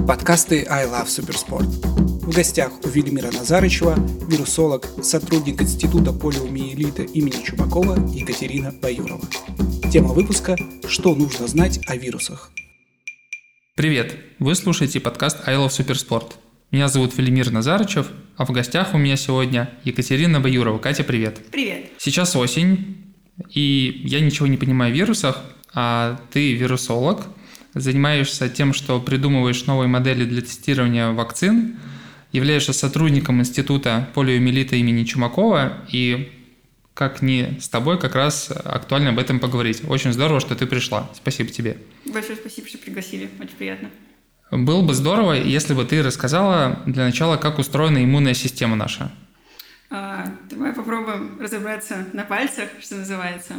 Подкасты I Love Суперспорт. В гостях у Велимира Назарычева вирусолог, сотрудник Института полиомиелита имени Чумакова Екатерина Баюрова. Тема выпуска «Что нужно знать о вирусах?». Привет! Вы слушаете подкаст I Love Суперспорт. Меня зовут Велимир Назарычев, а в гостях у меня сегодня Екатерина Баюрова. Катя, привет! Привет! Сейчас осень, и я ничего не понимаю в вирусах, а ты вирусолог, занимаешься тем, что придумываешь новые модели для тестирования вакцин, являешься сотрудником Института полиомиелита имени Чумакова, и как ни с тобой как раз актуально об этом поговорить. Очень здорово, что ты пришла. Спасибо тебе. Большое спасибо, что пригласили. Очень приятно. Было бы здорово, если бы ты рассказала для начала, как устроена иммунная система наша. Давай попробуем разобраться на пальцах, что называется.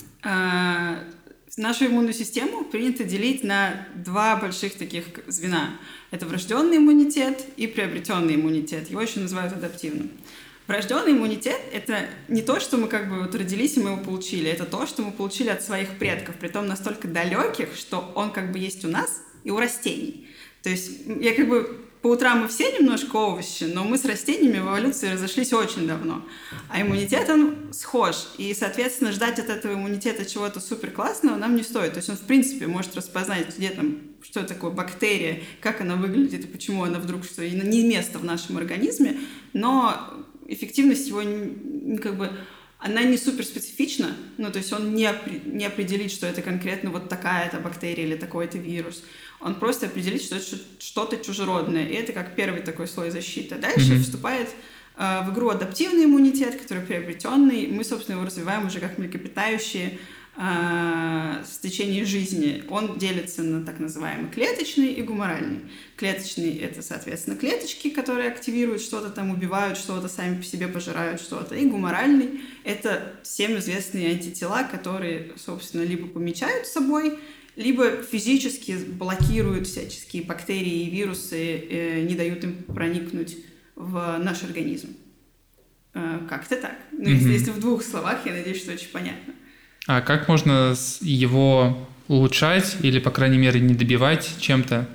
Нашу иммунную систему принято делить на два больших таких звена. Это врожденный иммунитет и приобретенный иммунитет. Его еще называют адаптивным. Врожденный иммунитет – это не то, что мы родились и мы его получили. Это то, что мы получили от своих предков, притом настолько далеких, что он есть у нас и у растений. То есть по утрам мы все немножко овощи, но мы с растениями в эволюции разошлись очень давно. А иммунитет, он схож. И, соответственно, ждать от этого иммунитета чего-то супер классного нам не стоит. То есть он, в принципе, может распознать, что такое бактерия, как она выглядит и почему она вдруг не место в нашем организме. Но эффективность его она не суперспецифична. То есть он не определит, что это конкретно вот такая-то бактерия или такой-то вирус. Он просто определит, что это что-то чужеродное. И это как первый такой слой защиты. Дальше вступает в игру адаптивный иммунитет, который приобретенный. Мы, собственно, его развиваем уже как млекопитающие в течение жизни. Он делится на так называемый клеточный и гуморальный. Клеточный – это, соответственно, клеточки, которые активируют что-то там, убивают что-то, сами по себе пожирают что-то. И гуморальный – это всем известные антитела, которые, собственно, либо помечают собой, либо физически блокируют всяческие бактерии и вирусы, не дают им проникнуть в наш организм. Как-то так. Если в двух словах, я надеюсь, что очень понятно. А как можно его улучшать или, по крайней мере, не добивать чем-то?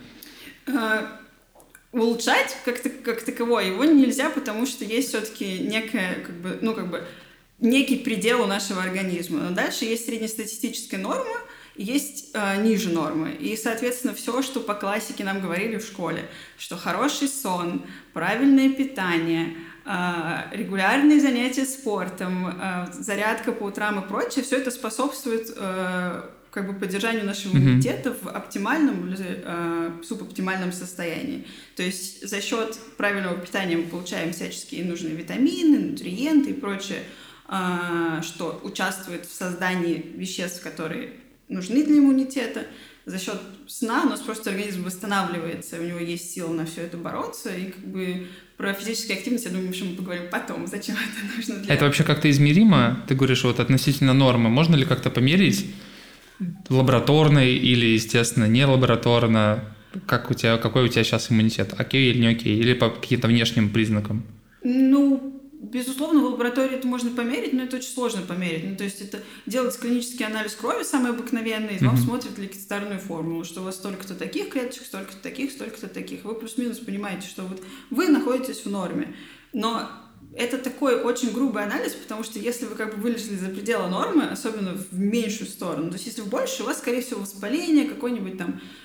Улучшать как таковое его нельзя, потому что есть все-таки некий предел у нашего организма. Но дальше есть среднестатистическая норма, есть ниже нормы. И, соответственно, все, что по классике нам говорили в школе, что хороший сон, правильное питание, регулярные занятия спортом, зарядка по утрам и прочее, все это способствует поддержанию нашего иммунитета в оптимальном или субоптимальном состоянии. То есть за счет правильного питания мы получаем всяческие нужные витамины, нутриенты и прочее, что участвует в создании веществ, которые нужны для иммунитета. За счет сна у нас просто организм восстанавливается, у него есть сила на все это бороться, и про физическую активность, я думаю, что мы поговорим потом, зачем это нужно для... Это вообще как-то измеримо? Ты говоришь, относительно нормы. Можно ли как-то померить лабораторно или, естественно, не лабораторно? Какой у тебя сейчас иммунитет? Окей или не окей? Или по каким-то внешним признакам? Безусловно, в лаборатории это можно померить, но это очень сложно померить. То есть это делать клинический анализ крови самый обыкновенный, и вам смотрят лейкоцитарную формулу, что у вас столько-то таких клеточек, столько-то таких, столько-то таких. Вы плюс-минус понимаете, что вы находитесь в норме. Но это такой очень грубый анализ, потому что если вы вылезли за пределы нормы, особенно в меньшую сторону, то есть если в большую, у вас, скорее всего, воспаление, какой-нибудь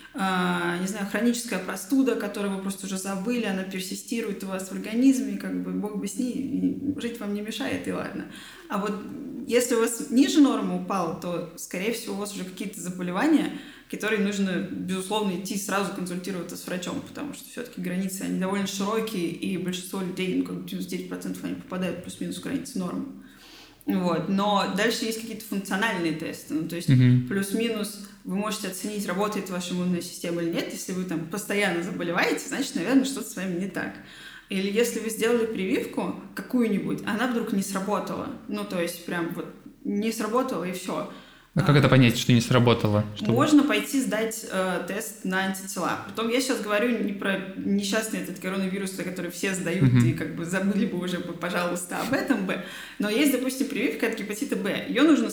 хроническая простуда, которую вы просто уже забыли, она персистирует у вас в организме, бог бы с ней, жить вам не мешает, и ладно. А вот если у вас ниже нормы упало, то, скорее всего, у вас уже какие-то заболевания, которые нужно, безусловно, идти сразу консультироваться с врачом, потому что все-таки границы, они довольно широкие, и большинство людей, 99% они попадают плюс-минус в границы нормы. Но дальше есть какие-то функциональные тесты, то есть плюс-минус вы можете оценить, работает ваша иммунная система или нет. Если вы постоянно заболеваете, значит, наверное, что-то с вами не так. Или если вы сделали прививку какую-нибудь, она вдруг не сработала. То есть прям не сработала и все. А как это понять, что не сработало? Можно пойти сдать тест на антитела. Потом я сейчас говорю не про несчастный этот коронавирус, который все сдают, и забыли бы уже, пожалуйста, об этом бы. Но есть, допустим, прививка от гепатита Б. Ее нужно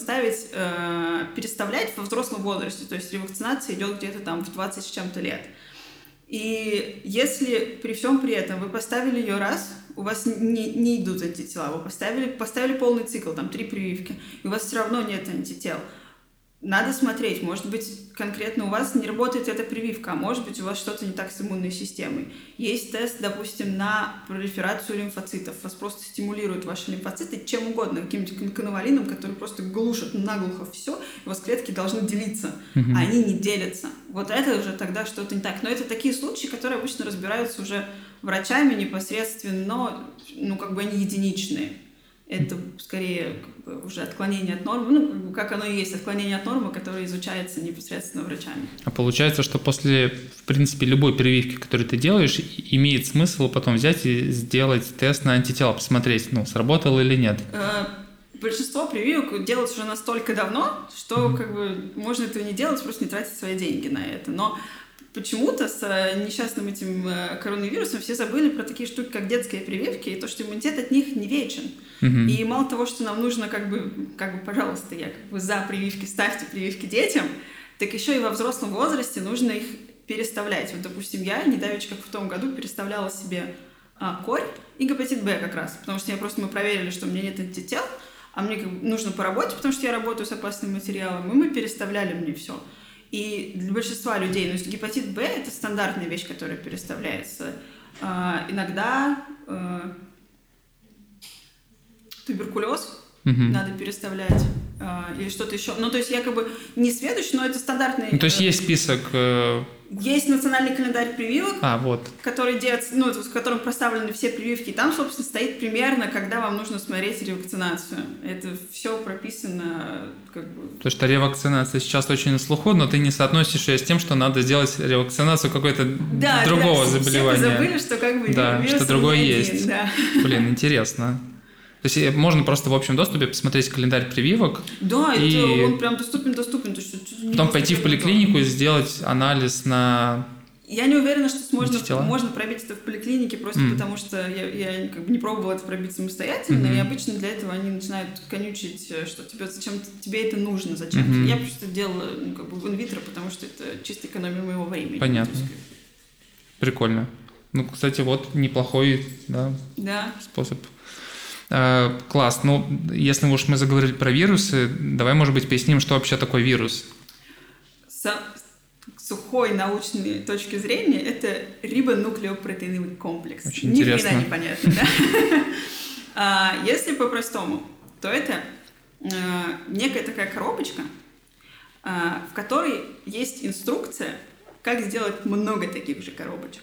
переставлять во взрослом возрасте. То есть ревакцинация идет где-то в 20 с чем-то лет. И если при всем при этом вы поставили ее раз, у вас не идут антитела, вы поставили полный цикл, там 3 прививки, и у вас все равно нет антител. Надо смотреть, может быть, конкретно у вас не работает эта прививка, а может быть, у вас что-то не так с иммунной системой. Есть тест, допустим, на пролиферацию лимфоцитов. Вас просто стимулируют ваши лимфоциты чем угодно, каким-нибудь конвалином, который просто глушит наглухо все, и у вас клетки должны делиться, а они не делятся. Вот это уже тогда что-то не так. Но это такие случаи, которые обычно разбираются уже врачами непосредственно, но как бы они единичные. Это скорее как бы уже отклонение от нормы, как оно и есть, отклонение от нормы, которое изучается непосредственно врачами. А получается, что после, в принципе, любой прививки, которую ты делаешь, имеет смысл потом взять и сделать тест на антитела, посмотреть, сработало или нет? Большинство прививок делают уже настолько давно, что как бы можно этого не делать, просто не тратить свои деньги на это. Но почему-то с несчастным этим коронавирусом все забыли про такие штуки, как детские прививки, и то, что иммунитет от них не вечен. И мало того, что нам нужно пожалуйста, я за прививки, ставьте прививки детям, так еще и во взрослом возрасте нужно их переставлять. Вот, допустим, я недавеча, как в том году, переставляла себе корь и гепатит Б как раз, потому что мы проверили, что у меня нет антител, а мне нужно по работе, потому что я работаю с опасным материалом, и мы переставляли мне все. И для большинства людей, гепатит Б – это стандартная вещь, которая переставляется. Иногда туберкулез надо переставлять или что-то еще. То есть я не сведущ, но это стандартный… то есть есть список… Есть национальный календарь прививок, вот. который в котором проставлены все прививки. И там, собственно, стоит примерно, когда вам нужно смотреть ревакцинацию. Это все прописано Потому что ревакцинация сейчас очень на слуху, но ты не соотносишь ее с тем, что надо сделать ревакцинацию какой-то другого заболевания. Все забыли, что вирус что другое есть. Один, да. Блин, интересно. То есть можно просто в общем доступе посмотреть календарь прививок. Да, он прям доступен. Потом пойти в поликлинику и сделать анализ на… Я не уверена, что можно пробить это в поликлинике, просто потому что я не пробовала это пробить самостоятельно, и обычно для этого они начинают конючить, что зачем тебе это нужно, зачем. Я просто делала в инвитро, потому что это чисто экономия моего времени. Понятно. Прикольно. Кстати, вот неплохой способ. Класс. Если уж мы заговорили про вирусы, давай, может быть, поясним, что вообще такое вирус. С сухой научной точки зрения это рибонуклеопротеиновый комплекс. Очень интересно. Ни хрена непонятно, да? Если по-простому, то это некая такая коробочка, в которой есть инструкция, как сделать много таких же коробочек.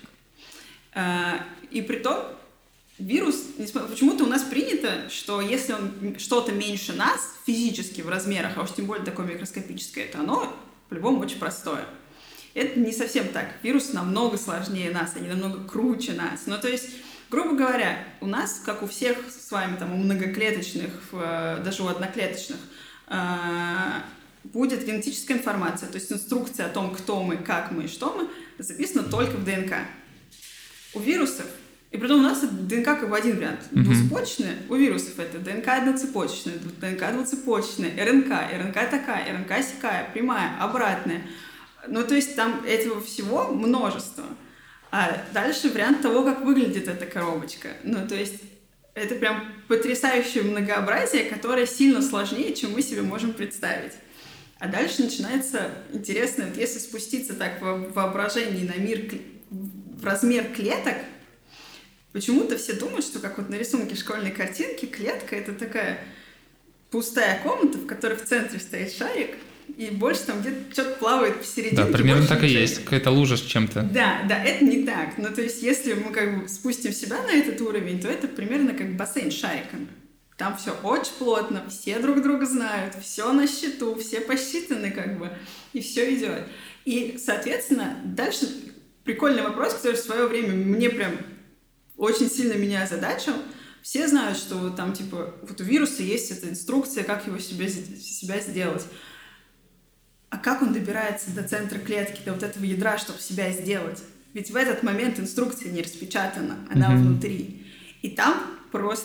И при том, вирус, почему-то у нас принято, что если он что-то меньше нас физически в размерах, а уж тем более такое микроскопическое, то оно по-любому очень простое. Это не совсем так. Вирус намного сложнее нас, они намного круче нас. То есть, грубо говоря, у нас, как у всех с вами, у многоклеточных, даже у одноклеточных, будет генетическая информация, то есть инструкция о том, кто мы, как мы и что мы, записана только в ДНК. У вирусов, и притом у нас это ДНК один вариант. Двуцепочечная, у вирусов это ДНК одноцепочечная, ДНК двуцепочечная, РНК такая, РНК сякая, прямая, обратная. То есть там этого всего множество. А дальше вариант того, как выглядит эта коробочка. То есть это прям потрясающее многообразие, которое сильно сложнее, чем мы себе можем представить. А дальше начинается интересно, если спуститься так в воображении на мир, в размер клеток, почему-то все думают, что как на рисунке школьной картинки, клетка — это такая пустая комната, в которой в центре стоит шарик, и больше там где-то что-то плавает посередине. Да, примерно так и есть, какая-то лужа с чем-то. Да, это не так. То есть если мы спустим себя на этот уровень, то это примерно как бассейн с шариками. Там все очень плотно, все друг друга знают, все на счету, все посчитаны и все идет. И, соответственно, дальше прикольный вопрос, который в свое время мне прям очень сильно меня озадачил. Все знают, что у вируса есть эта инструкция, как его себя сделать. А как он добирается до центра клетки, до этого ядра, чтобы себя сделать? Ведь в этот момент инструкция не распечатана, она внутри. И там просто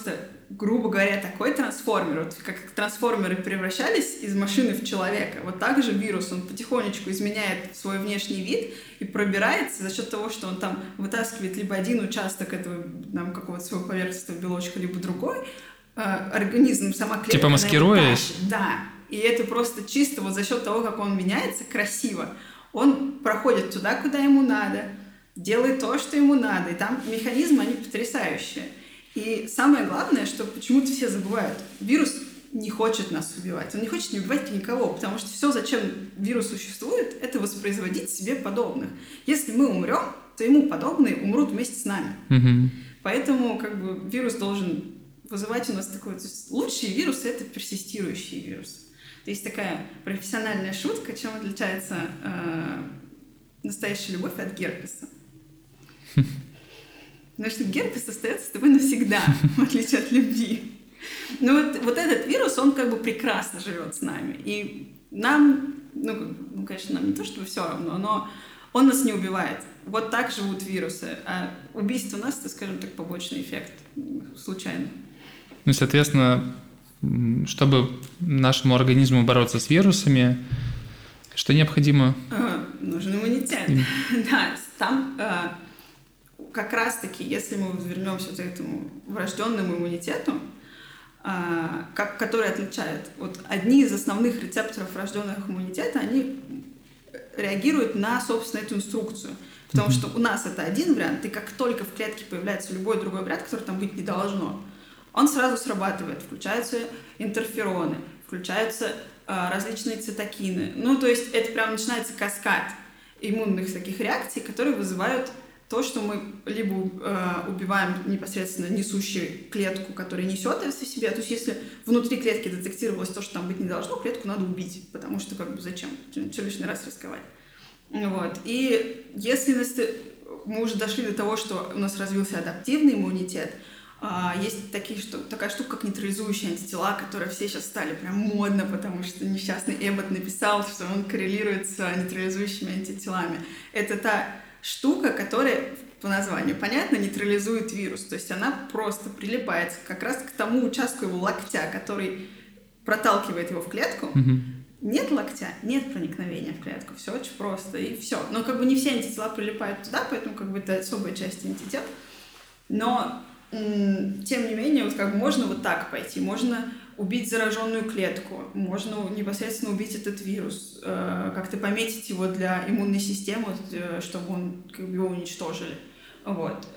грубо говоря, такой трансформер. Вот как трансформеры превращались из машины в человека, вот так же вирус, он потихонечку изменяет свой внешний вид и пробирается за счет того, что он там вытаскивает либо один участок этого какого-то своего поверхностного белочка, либо другой. Организм, сама клетка... Типа маскируясь? Да. И это просто чисто вот за счет того, как он меняется красиво. Он проходит туда, куда ему надо, делает то, что ему надо. И там механизмы, они потрясающие. И самое главное, что почему-то все забывают. Вирус не хочет нас убивать. Он не хочет не убивать никого, потому что все, зачем вирус существует, это воспроизводить себе подобных. Если мы умрем, то ему подобные умрут вместе с нами. Угу. Поэтому вирус должен вызывать у нас такой... То есть лучшие вирусы — это персистирующие вирусы. То есть такая профессиональная шутка, чем отличается настоящая любовь от герпеса. Потому что герпес остается с тобой навсегда, в отличие от любви. Но вот этот вирус, он прекрасно живет с нами. И нам, конечно, нам не то чтобы все равно, но он нас не убивает. Вот так живут вирусы. А убийство нас — это, скажем так, побочный эффект, случайно. Ну, соответственно, чтобы нашему организму бороться с вирусами, что необходимо? Нужен иммунитет. Да, там как раз-таки, если мы вернемся к этому врожденному иммунитету, который отличает. Вот одни из основных рецепторов врожденного иммунитета, они реагируют на, собственно, эту инструкцию. Потому что у нас это один вариант, и как только в клетке появляется любой другой вариант, который там быть не должно, он сразу срабатывает. Включаются интерфероны, включаются различные цитокины. То есть это прям начинается каскад иммунных таких реакций, которые вызывают то, что мы либо убиваем непосредственно несущую клетку, которая несет это в себе. То есть если внутри клетки детектировалось то, что там быть не должно, клетку надо убить, потому что зачем? Что лишний раз рисковать? Вот. И если мы уже дошли до того, что у нас развился адаптивный иммунитет, есть такая штука, как нейтрализующие антитела, которые все сейчас стали прям модно, потому что несчастный Эббот написал, что он коррелирует с нейтрализующими антителами. Это та штука, которая по названию, понятно, нейтрализует вирус. То есть она просто прилипается как раз к тому участку его локтя, который проталкивает его в клетку. Угу. Нет локтя, нет проникновения в клетку. Все очень просто, и все. Но не все антитела прилипают туда, поэтому это особая часть антител. Но тем не менее, можно вот так пойти. Можно убить зараженную клетку, можно непосредственно убить этот вирус, как-то пометить его для иммунной системы, чтобы его уничтожили. Вот.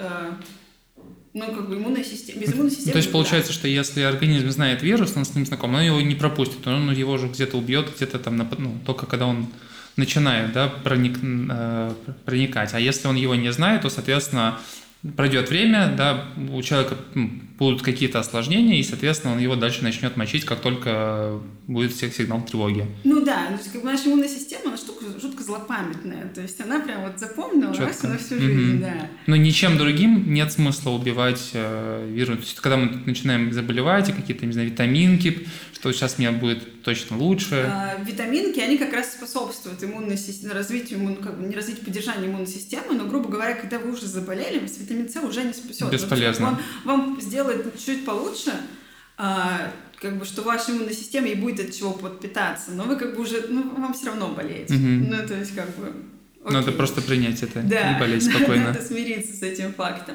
Иммунная система. Без иммунной системы. То есть получается, что если организм знает вирус, он с ним знаком, но его не пропустит, он его же где-то убьет, где-то там, только когда он начинает, да, проникать. А если он его не знает, то, соответственно, пройдет время, да, у человека будут какие-то осложнения, и, соответственно, он его дальше начнет мочить, как только будет сигнал тревоги. То есть наша иммунная система, она штука жутко злопамятная, то есть она прям запомнила раз на всю жизнь, да. Но ничем другим нет смысла убивать вирус. То есть когда мы начинаем заболевать, и какие-то, не знаю, витаминки, что сейчас мне будет точно лучше. Витаминки, они как раз способствуют развитию, не развитию, поддержанию иммунной системы, но, грубо говоря, когда вы уже заболели, витамин С уже не спасет. Бесполезно. Вам сделает чуть получше, что ваша иммунная система и будет от чего подпитаться, но вы уже, вам все равно болеете. Угу. То есть окей. Надо просто принять это и болеть спокойно. Надо смириться с этим фактом.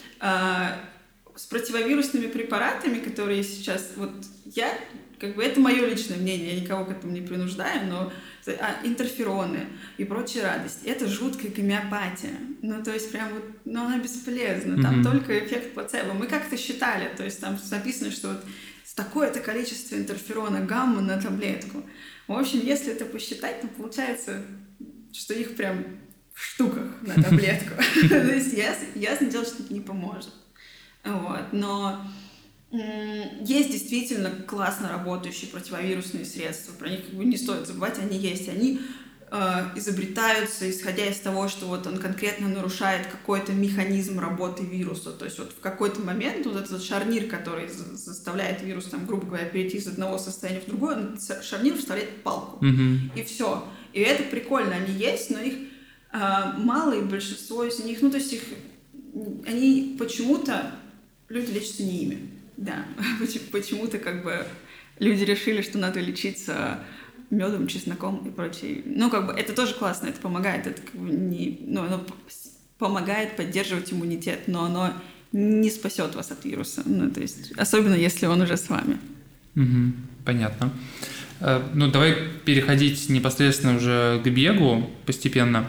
С противовирусными препаратами, которые сейчас, это мое личное мнение, я никого к этому не принуждаю, но интерфероны и прочие радости, это жуткая гомеопатия. То есть прям она бесполезна. Там только эффект плацебо. Мы как-то считали, то есть там написано, что такое-то количество интерферона гамма на таблетку. В общем, если это посчитать, то получается, что их прям в штуках на таблетку. То есть ясно дело, что это не поможет. Вот. Но есть действительно классно работающие противовирусные средства. Про них не стоит забывать, они есть. Они изобретаются, исходя из того, что он конкретно нарушает какой-то механизм работы вируса. То есть в какой-то момент этот шарнир, который заставляет вирус, грубо говоря, перейти из одного состояния в другое, шарнир вставляет палку. И все. И это прикольно. Они есть, но их мало, и большинство из них... они почему-то... Люди лечатся не ими. Да, почему-то как бы люди решили, что надо лечиться медом, чесноком и прочее. Ну, как бы это тоже классно, это помогает, это как бы оно помогает поддерживать иммунитет, но оно не спасет вас от вируса, ну, то есть, особенно если он уже с вами. Угу, понятно. Ну, давай переходить непосредственно уже к бегу постепенно.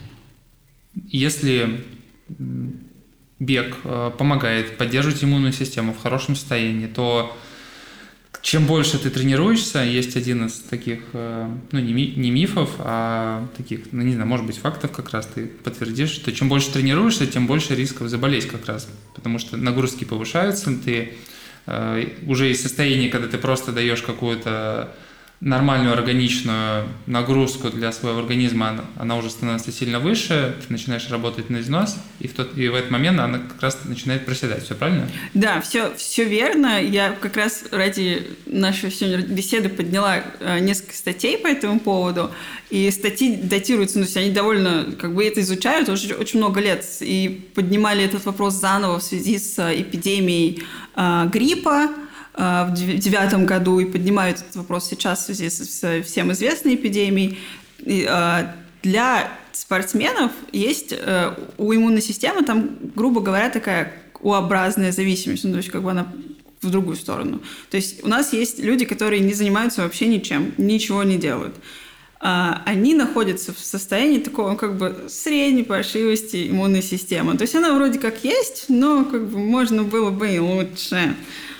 Если бег помогает поддерживать иммунную систему в хорошем состоянии, то чем больше ты тренируешься, есть один из таких, ну, не мифов, а таких, ну, не знаю, может быть, фактов как раз ты подтвердишь, что чем больше тренируешься, тем больше рисков заболеть как раз, потому что нагрузки повышаются, ты уже из состояния, когда ты просто даешь какую-то нормальную органичную нагрузку для своего организма, она уже становится сильно выше, ты начинаешь работать на износ, и в этот момент она как раз начинает проседать. Все правильно? Да, все верно. Я как раз ради нашей сегодня беседы подняла несколько статей по этому поводу, и статьи датируются, ну, то есть они довольно, как бы это изучают уже очень много лет, и поднимали этот вопрос заново в связи с эпидемией гриппа в 2009 году, и поднимают этот вопрос сейчас в связи с всем известной эпидемией. Для спортсменов есть у иммунной системы там, грубо говоря, такая U-образная зависимость, ну, то есть как бы она в другую сторону. То есть у нас есть люди, которые не занимаются вообще ничем, ничего не делают. Они находятся в состоянии такого как бы средней паршивости иммунной системы. То есть она вроде как есть, но как бы можно было бы и лучше.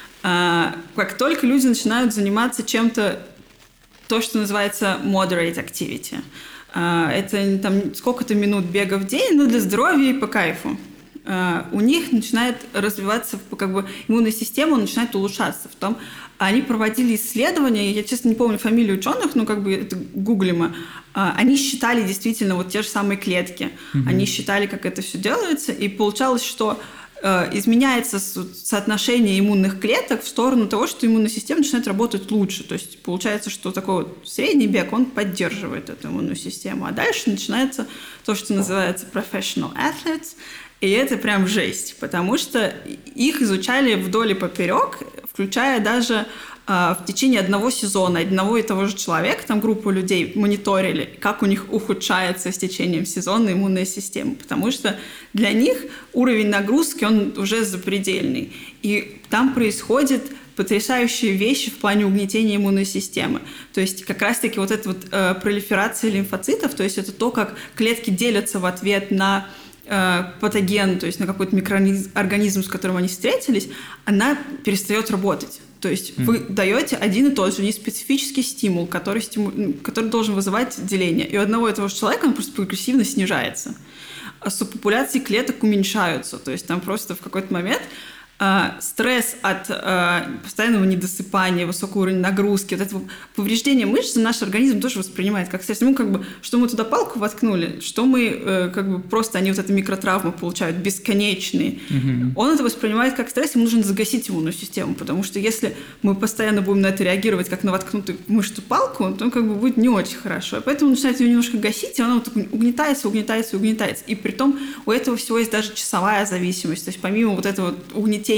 Как только люди начинают заниматься чем-то, то, что называется moderate activity, это там сколько-то минут бега в день, но для здоровья и по кайфу, у них начинает развиваться, как бы иммунная система начинает улучшаться. Они проводили исследования, я, честно, не помню фамилию ученых, но как бы это гуглимо, они считали действительно вот те же самые клетки, они считали, как это все делается, и получалось, что изменяется соотношение иммунных клеток в сторону того, что иммунная система начинает работать лучше. То есть получается, что такой вот средний бег, он поддерживает эту иммунную систему. А дальше начинается то, что называется professional athletes, и это прям жесть, потому что их изучали вдоль и поперек, включая даже в течение одного сезона одного и того же человека, там группу людей мониторили, как у них ухудшается с течением сезона иммунная система, потому что для них уровень нагрузки, он уже запредельный. И там происходят потрясающие вещи в плане угнетения иммунной системы. То есть как раз-таки вот эта вот пролиферация лимфоцитов, то есть это то, как клетки делятся в ответ на патоген, то есть на какой-то микроорганизм, с которым они встретились, она перестает работать. То есть вы даете один и тот же неспецифический стимул, который должен вызывать деление. И у одного и того же человека он просто прогрессивно снижается. А субпопуляции клеток уменьшаются. То есть там просто в какой-то момент стресс от постоянного недосыпания, высокий уровень нагрузки, вот это повреждение мышц наш организм тоже воспринимает как стресс. Как бы, что мы туда палку воткнули, что мы как бы просто они вот эту микротравму получают бесконечные. Он это воспринимает как стресс, ему нужно загасить иммунную систему, потому что если мы постоянно будем на это реагировать как на воткнутую в мышцу палку, то как бы будет не очень хорошо. И поэтому он начинает ее немножко гасить, и она вот угнетается. И притом у этого всего есть даже часовая зависимость. То есть помимо вот этого угнетения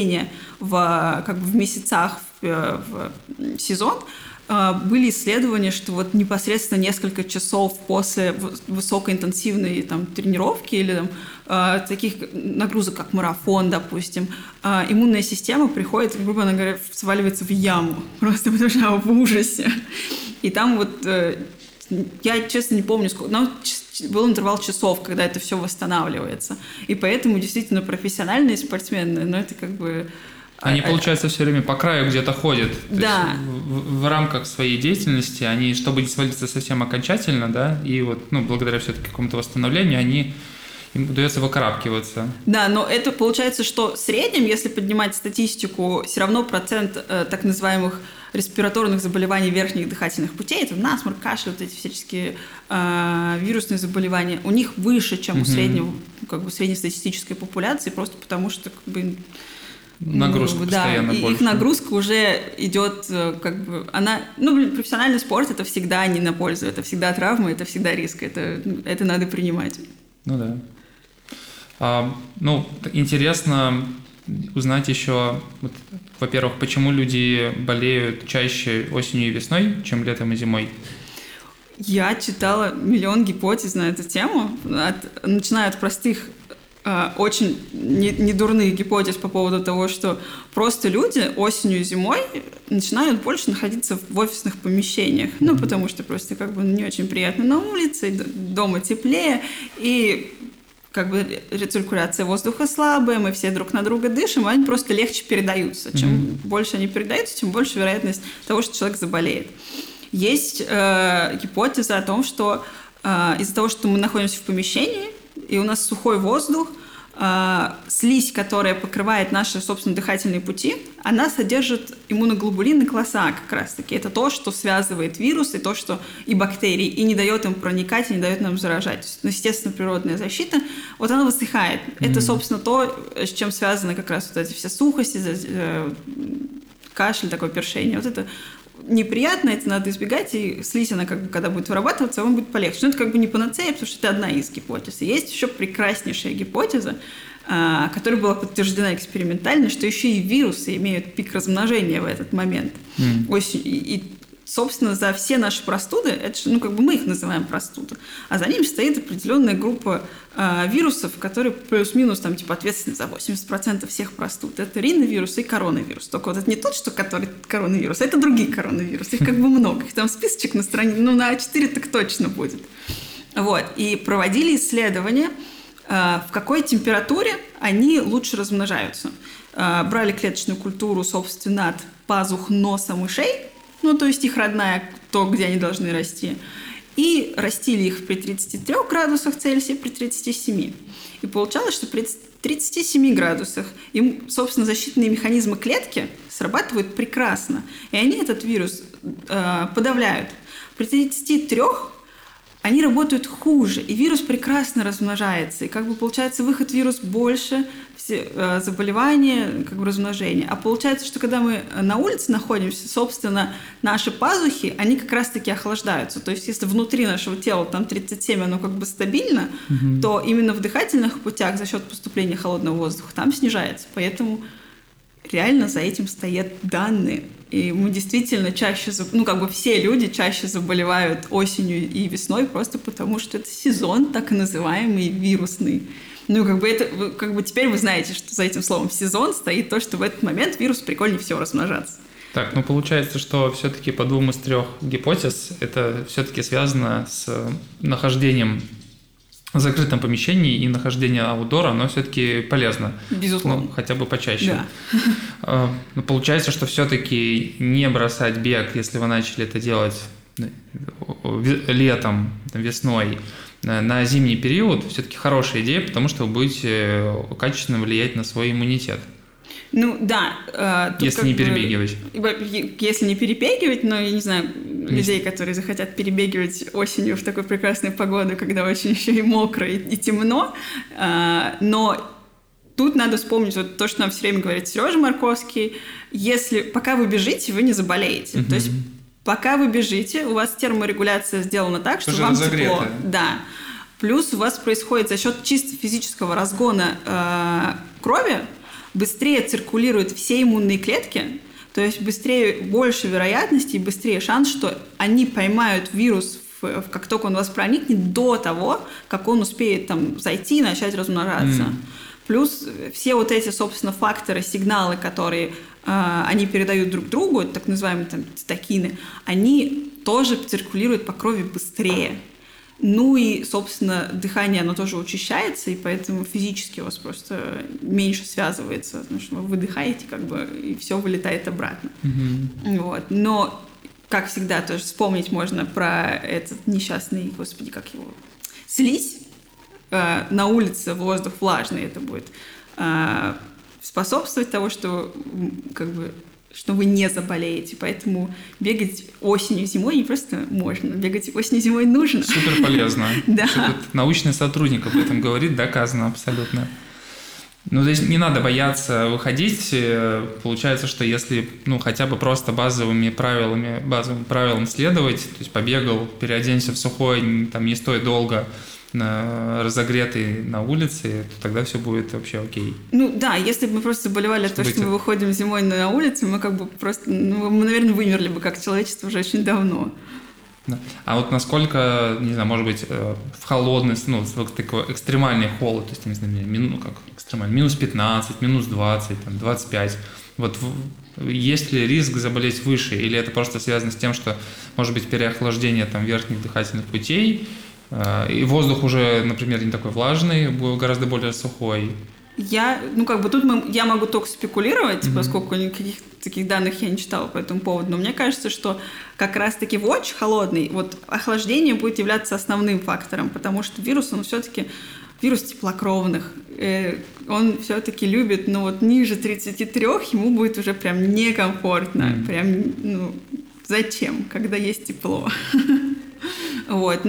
в месяцах в сезон, были исследования, что вот непосредственно несколько часов после высокоинтенсивной там, тренировки или там, таких нагрузок, как марафон, допустим, иммунная система приходит, грубо говоря, сваливается в яму, просто потому что она в ужасе. И там вот, я честно не помню, сколько, но был интервал часов, когда это все восстанавливается. И поэтому действительно профессиональные спортсмены, но это как бы... Они, получается, все время по краю где-то ходят. Да. В рамках своей деятельности, они, чтобы не свалиться совсем окончательно, да, и вот, ну, благодаря все-таки какому-то восстановлению, им удается выкарабкиваться. Да, но это получается, что в среднем, если поднимать статистику, все равно процент так называемых респираторных заболеваний верхних дыхательных путей, это насморк, кашель, вот эти всяческие вирусные заболевания, у них выше, чем у среднестатистической популяции, просто потому что как бы, нагрузка постоянно больше. Их нагрузка уже идет, как бы, она... профессиональный спорт — это всегда не на пользу, это всегда травма, это всегда риск, это надо принимать. Ну да. Интересно узнать еще, вот во-первых, почему люди болеют чаще осенью и весной, чем летом и зимой? Я читала миллион гипотез на эту тему, начиная от простых, очень недурных гипотез по поводу того, что просто люди осенью и зимой начинают больше находиться в офисных помещениях, ну, потому что просто как бы не очень приятно на улице, дома теплее, и как бы рециркуляция воздуха слабая, мы все друг на друга дышим, а они просто легче передаются. Чем больше они передаются, тем больше вероятность того, что человек заболеет. Есть гипотеза о том, что из-за того, что мы находимся в помещении, и у нас сухой воздух, слизь, которая покрывает наши, собственно, дыхательные пути, она содержит иммуноглобулины класса А как раз-таки. Это то, что связывает вирусы, то, что и бактерии, и не дает им проникать, и не дает нам заражать. То есть, ну, естественно, природная защита, вот она высыхает. Это, собственно, то, с чем связаны как раз вот эти все сухости, кашель, такое першение. Вот это неприятно, это надо избегать, и слизь, она как бы, когда будет вырабатываться, вам будет полегче. Но это как бы не панацея, потому что это одна из гипотез. И есть еще прекраснейшая гипотеза, которая была подтверждена экспериментально, что еще и вирусы имеют пик размножения в этот момент. И, собственно, за все наши простуды, это же, ну, как бы мы их называем простуды, а за ними стоит определенная группа вирусов, которые плюс-минус там, типа, ответственны за 80% всех простуд. Это риновирус и коронавирус. Только вот это не тот, что который коронавирус, а это другие коронавирусы. Их как бы много. Их там списочек на странице, ну, на А4 так точно будет. Вот. И проводили исследования, в какой температуре они лучше размножаются. Брали клеточную культуру, собственно, от пазух носа мышей, ну, то есть их родная, то, где они должны расти, и растили их при 33 градусах Цельсия, при 37. И получалось, что при 37 градусах им, собственно, защитные механизмы клетки срабатывают прекрасно, и они этот вирус подавляют. При 33 они работают хуже, и вирус прекрасно размножается. И как бы получается выход вируса больше, заболевания, как бы размножение. А получается, что когда мы на улице находимся, собственно, наши пазухи, они как раз-таки охлаждаются. То есть если внутри нашего тела там 37, оно как бы стабильно, то именно в дыхательных путях за счет поступления холодного воздуха там снижается. Поэтому реально за этим стоят данные. И мы действительно чаще, ну, как бы все люди чаще заболевают осенью и весной просто потому, что это сезон так называемый вирусный. Ну, как бы это, как бы теперь вы знаете, что за этим словом «сезон» стоит то, что в этот момент вирус прикольнее всего размножаться. Так, ну получается, что все-таки по 2 из 3 гипотез это все-таки связано с нахождением в закрытом помещении, и нахождение аутдора, оно все-таки полезно. Безусловно. Ну, хотя бы почаще. Да. Но получается, что все-таки не бросать бег, если вы начали это делать летом, весной, на зимний период, все-таки хорошая идея, потому что вы будете качественно влиять на свой иммунитет. Ну, да. Если не перебегивать. Если не перебегивать, но, я не знаю, людей, которые захотят перебегивать осенью в такую прекрасную погоду, когда очень еще и мокро, и темно. Но тут надо вспомнить вот то, что нам все время говорит Сережа Марковский. Пока вы бежите, вы не заболеете. То есть пока вы бежите, у вас терморегуляция сделана так, что вам тепло. Да. Плюс у вас происходит за счет чисто физического разгона крови, быстрее циркулируют все иммунные клетки, то есть больше вероятности и быстрее шанс, что они поймают вирус, как только он в вас проникнет, до того, как он успеет там зайти и начать размножаться. Плюс все вот эти, собственно, факторы, сигналы, которые они передают друг другу, так называемые там цитокины, они тоже циркулируют по крови быстрее. Ну и, собственно, дыхание, оно тоже учащается, и поэтому физически у вас просто меньше связывается, потому что вы выдыхаете, как бы, и все вылетает обратно. Вот. Но, как всегда, тоже вспомнить можно про этот несчастный, господи, как его, слизь. На улице воздух влажный, это будет способствовать тому, что как бы что вы не заболеете, поэтому бегать осенью, зимой не просто можно, бегать осенью, зимой нужно. Супер полезно. Да. Научный сотрудник об этом говорит, доказано абсолютно. Ну, то есть не надо бояться выходить. Получается, что если, хотя бы просто базовым правилам следовать, то есть побегал, переоденься в сухой, там не стой долго, разогретый на улице, то тогда все будет вообще окей. Ну да, если бы мы просто заболевали от того, что мы выходим зимой на улицу, мы как бы просто, мы, наверное, вымерли бы как человечество уже очень давно. Да. А вот насколько, не знаю, может быть, в холодный, такой экстремальный холод, то есть, не знаю, как экстремальный, минус 15, минус 20, там, 25, вот есть ли риск заболеть выше, или это просто связано с тем, что, может быть, переохлаждение там верхних дыхательных путей, и воздух уже, например, не такой влажный, гораздо более сухой? Я могу только спекулировать, поскольку никаких таких данных я не читала по этому поводу, но мне кажется, что как раз-таки в очень холодный, вот охлаждение будет являться основным фактором, потому что вирус, он все-таки вирус теплокровных, он все-таки любит, ниже 33 ему будет уже прям некомфортно, зачем, когда есть тепло? Вот,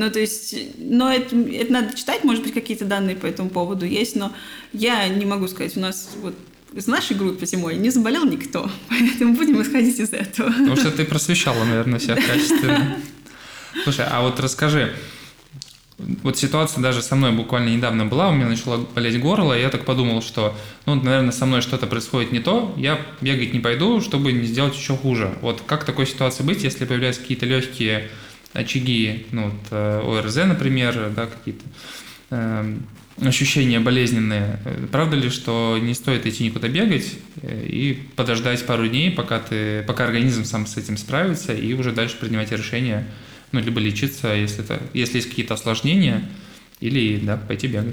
это надо читать, может быть, какие-то данные по этому поводу есть, но я не могу сказать, у нас из нашей группы зимой не заболел никто, поэтому будем исходить из этого. Потому что ты просвещала, наверное, всех качественно. Слушай, а вот расскажи, вот ситуация даже со мной буквально недавно была, у меня начало болеть горло, и я так подумал, что, наверное, со мной что-то происходит не то, я бегать не пойду, чтобы не сделать еще хуже. Вот как в такой ситуации быть, если появляются какие-то легкие очаги, ОРЗ, например, да, какие-то ощущения болезненные. Правда ли, что не стоит идти никуда бегать и подождать пару дней, пока организм сам с этим справится, и уже дальше принимать решение, либо лечиться, если есть какие-то осложнения, или, пойти бегать.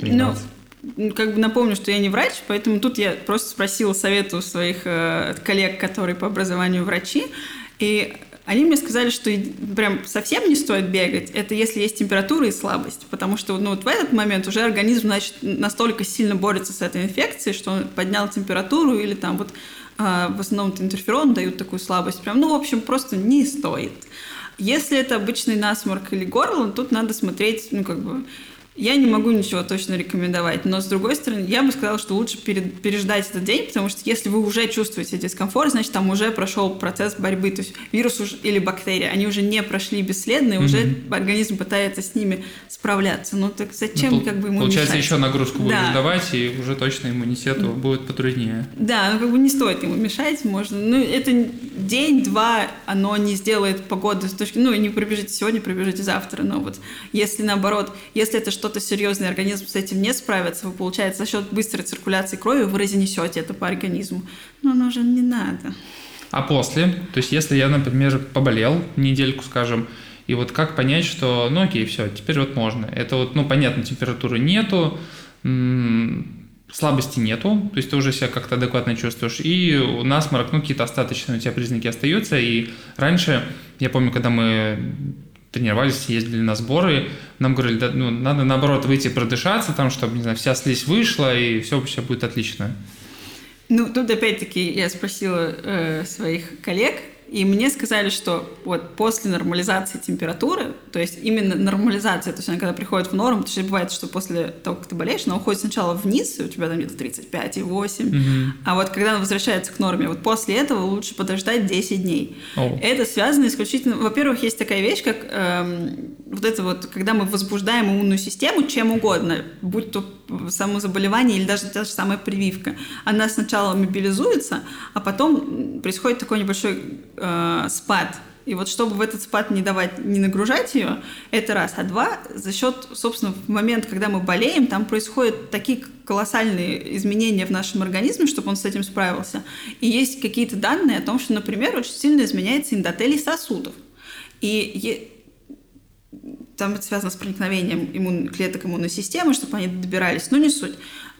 Напомню, что я не врач, поэтому тут я просто спросила совета у своих коллег, которые по образованию врачи, и они мне сказали, что прям совсем не стоит бегать, это если есть температура и слабость, потому что в этот момент уже организм, настолько сильно борется с этой инфекцией, что он поднял температуру или там в основном интерферон дают такую слабость, прям, в общем, просто не стоит. Если это обычный насморк или горло, тут надо смотреть, я не могу ничего точно рекомендовать, но, с другой стороны, я бы сказала, что лучше переждать этот день, потому что если вы уже чувствуете дискомфорт, значит, там уже прошел процесс борьбы, то есть вирус или бактерии, они уже не прошли бесследно, и уже организм пытается с ними справляться. Так зачем ему получается, мешать? еще нагрузку будешь давать, и уже точно иммунитету будет потруднее. Да, не стоит ему мешать, можно. Это день-два, оно не сделает погоду с точки, не пробежите сегодня, пробежите завтра, но если наоборот, если это что-то серьезное, организм с этим не справится, вы, получается, за счет быстрой циркуляции крови вы разнесете это по организму. Но оно же не надо. А после? То есть, если я, например, поболел недельку, скажем, и как понять, что, окей, все, теперь можно. Это понятно, температуры нету, слабости нету, то есть ты уже себя как-то адекватно чувствуешь, и насморк, какие-то остаточные у тебя признаки остаются, и раньше, я помню, когда мы тренировались, ездили на сборы, нам говорили, надо наоборот выйти продышаться, там, чтобы, не знаю, вся слизь вышла, и все будет отлично. Тут опять-таки я спросила своих коллег, и мне сказали, что после нормализации температуры, то есть именно нормализация, то есть она когда приходит в норму, то есть бывает, что после того, как ты болеешь, она уходит сначала вниз, и у тебя там где-то 35,8, а когда она возвращается к норме, после этого лучше подождать 10 дней. Это связано исключительно... Во-первых, есть такая вещь, как когда мы возбуждаем иммунную систему чем угодно, будь то само заболевание или даже та же самая прививка. Она сначала мобилизуется, а потом происходит такой небольшой спад. И чтобы в этот спад не нагружать ее, это раз. А два, за счет, собственно, в момент, когда мы болеем, там происходят такие колоссальные изменения в нашем организме, чтобы он с этим справился. И есть какие-то данные о том, что, например, очень сильно изменяется эндотелий сосудов. И там это связано с проникновением клеток иммунной системы, чтобы они добирались, не суть.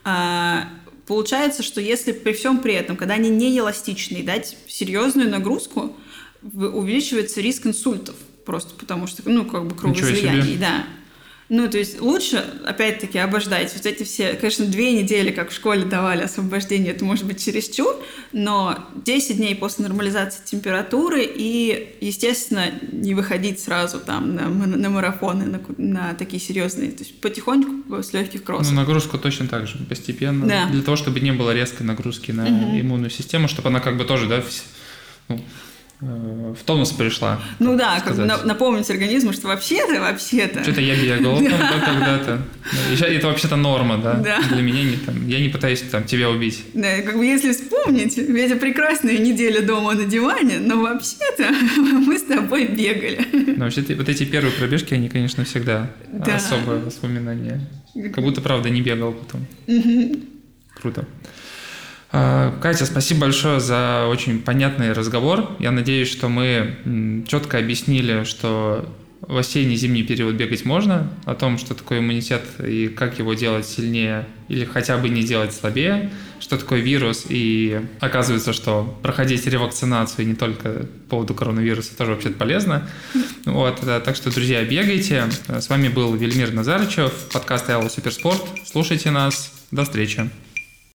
Получается, что если при всем при этом, когда они не эластичные, дать серьезную нагрузку, увеличивается риск инсультов, просто потому что, кровоизлияний, да. То есть лучше, опять-таки, обождать. Эти все, конечно, 2 недели, как в школе давали освобождение, это может быть чересчур, но 10 дней после нормализации температуры и, естественно, не выходить сразу там на марафоны, на такие серьезные, то есть потихоньку с легких кроссов. Нагрузку точно так же, постепенно, для того, чтобы не было резкой нагрузки на иммунную систему, чтобы она тоже, в тонус пришла. Ну да, как бы напомнить организму, что вообще-то... Что-то я бегал когда-то. Это вообще-то норма, да? Для меня я не пытаюсь тебя убить. Да, как бы если вспомнить, ведь это прекрасная неделя дома на диване, но вообще-то мы с тобой бегали. Но вообще вот эти первые пробежки, они, конечно, всегда особое воспоминание. Как будто, правда, не бегал потом. Круто. Катя, спасибо большое за очень понятный разговор. Я надеюсь, что мы четко объяснили, что в осенне-зимний период бегать можно, о том, что такое иммунитет и как его делать сильнее или хотя бы не делать слабее, что такое вирус, и оказывается, что проходить ревакцинацию не только по поводу коронавируса тоже вообще-то полезно. Вот, так что, друзья, бегайте. С вами был Вельмир Назарычев, подкаст Айло Суперспорт. Слушайте нас. До встречи.